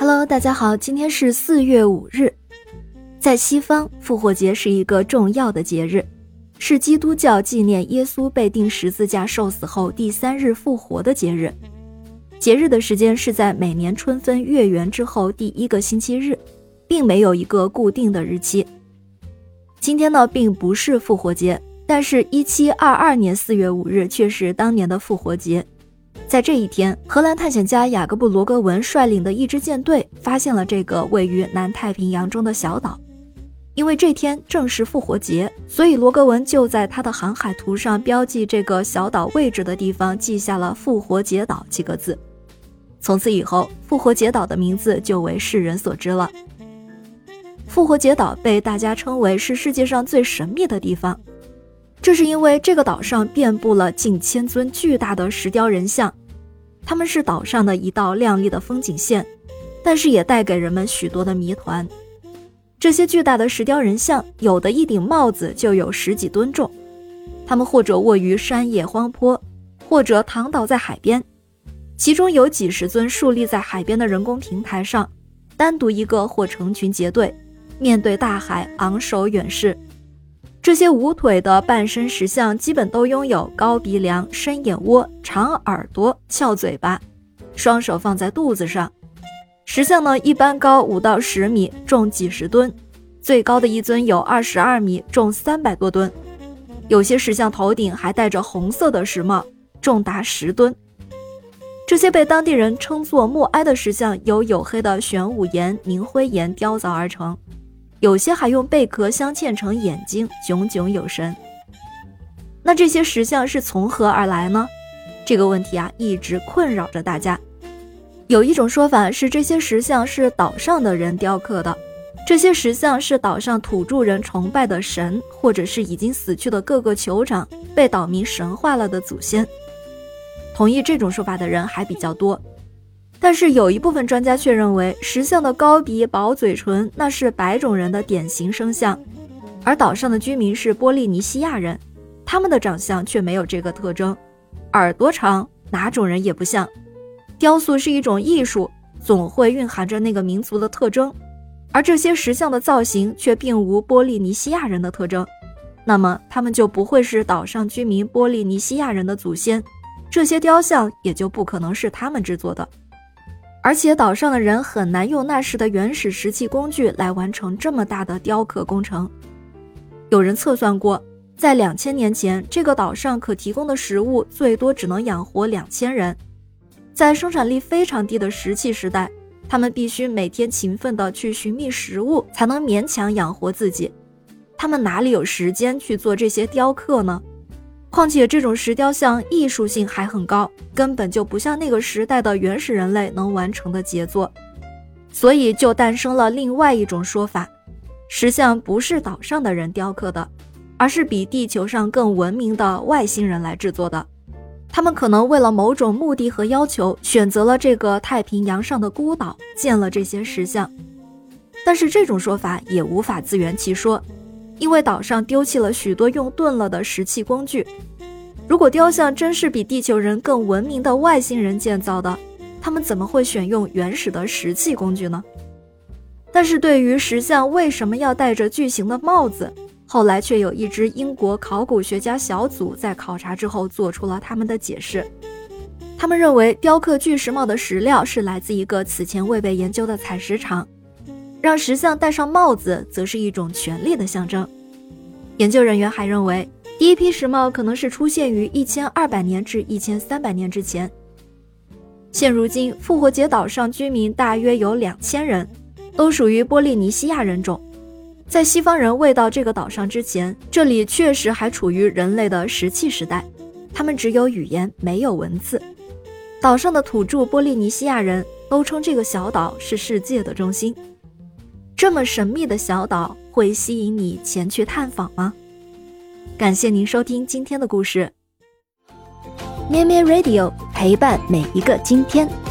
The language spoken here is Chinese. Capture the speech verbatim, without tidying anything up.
Hello， 大家好，今天是四月五日。在西方，复活节是一个重要的节日，是基督教纪念耶稣被钉十字架受死后第三日复活的节日。节日的时间是在每年春分月圆之后第一个星期日，并没有一个固定的日期。今天呢，并不是复活节，但是一七二二年四月五日却是当年的复活节。在这一天，荷兰探险家雅各布·罗格文率领的一支舰队发现了这个位于南太平洋中的小岛。因为这天正是复活节，所以罗格文就在他的航海图上标记这个小岛位置的地方记下了复活节岛几个字。从此以后，复活节岛的名字就为世人所知了。复活节岛被大家称为是世界上最神秘的地方，这是因为这个岛上遍布了近千尊巨大的石雕人像，它们是岛上的一道亮丽的风景线，但是也带给人们许多的谜团。这些巨大的石雕人像，有的一顶帽子就有十几吨重，它们或者卧于山野荒坡，或者躺倒在海边，其中有几十尊竖立在海边的人工平台上，单独一个或成群结队，面对大海昂首远视。这些无腿的半身石像基本都拥有高鼻梁、深眼窝、长耳朵、翘嘴巴，双手放在肚子上。石像呢，一般高五到十米，重几十吨，最高的一尊有二十二米，重三百多吨。有些石像头顶还戴着红色的石帽，重达十吨。这些被当地人称作默哀的石像由黝黑的玄武岩、凝灰岩雕凿而成，有些还用贝壳镶嵌成眼睛，炯炯有神。那这些石像是从何而来呢？这个问题啊，一直困扰着大家。有一种说法是，这些石像是岛上的人雕刻的，这些石像是岛上土著人崇拜的神，或者是已经死去的各个酋长被岛民神化了的祖先。同意这种说法的人还比较多，但是有一部分专家却认为，石像的高鼻、薄嘴唇那是白种人的典型生像，而岛上的居民是波利尼西亚人，他们的长相却没有这个特征，耳朵长，哪种人也不像。雕塑是一种艺术，总会蕴含着那个民族的特征，而这些石像的造型却并无波利尼西亚人的特征，那么他们就不会是岛上居民波利尼西亚人的祖先，这些雕像也就不可能是他们制作的。而且岛上的人很难用那时的原始石器工具来完成这么大的雕刻工程。有人测算过，在两千年前，这个岛上可提供的食物最多只能养活两千人。在生产力非常低的石器时代，他们必须每天勤奋地去寻觅食物，才能勉强养活自己。他们哪里有时间去做这些雕刻呢？况且这种石雕像艺术性还很高，根本就不像那个时代的原始人类能完成的杰作。所以就诞生了另外一种说法，石像不是岛上的人雕刻的，而是比地球上更文明的外星人来制作的。他们可能为了某种目的和要求，选择了这个太平洋上的孤岛，建了这些石像。但是这种说法也无法自圆其说，因为岛上丢弃了许多用钝了的石器工具。如果雕像真是比地球人更文明的外星人建造的，他们怎么会选用原始的石器工具呢？但是对于石像为什么要戴着巨型的帽子，后来却有一支英国考古学家小组在考察之后做出了他们的解释。他们认为雕刻巨石帽的石料是来自一个此前未被研究的采石场，让石像戴上帽子则是一种权力的象征。研究人员还认为，第一批石帽可能是出现于一千二百年至一千三百年之前。现如今，复活节岛上居民大约有两千人，都属于波利尼西亚人种。在西方人未到这个岛上之前，这里确实还处于人类的石器时代，他们只有语言，没有文字。岛上的土著波利尼西亚人都称这个小岛是世界的中心。这么神秘的小岛会吸引你前去探访吗？感谢您收听今天的故事。咩咩 Radio 陪伴每一个今天。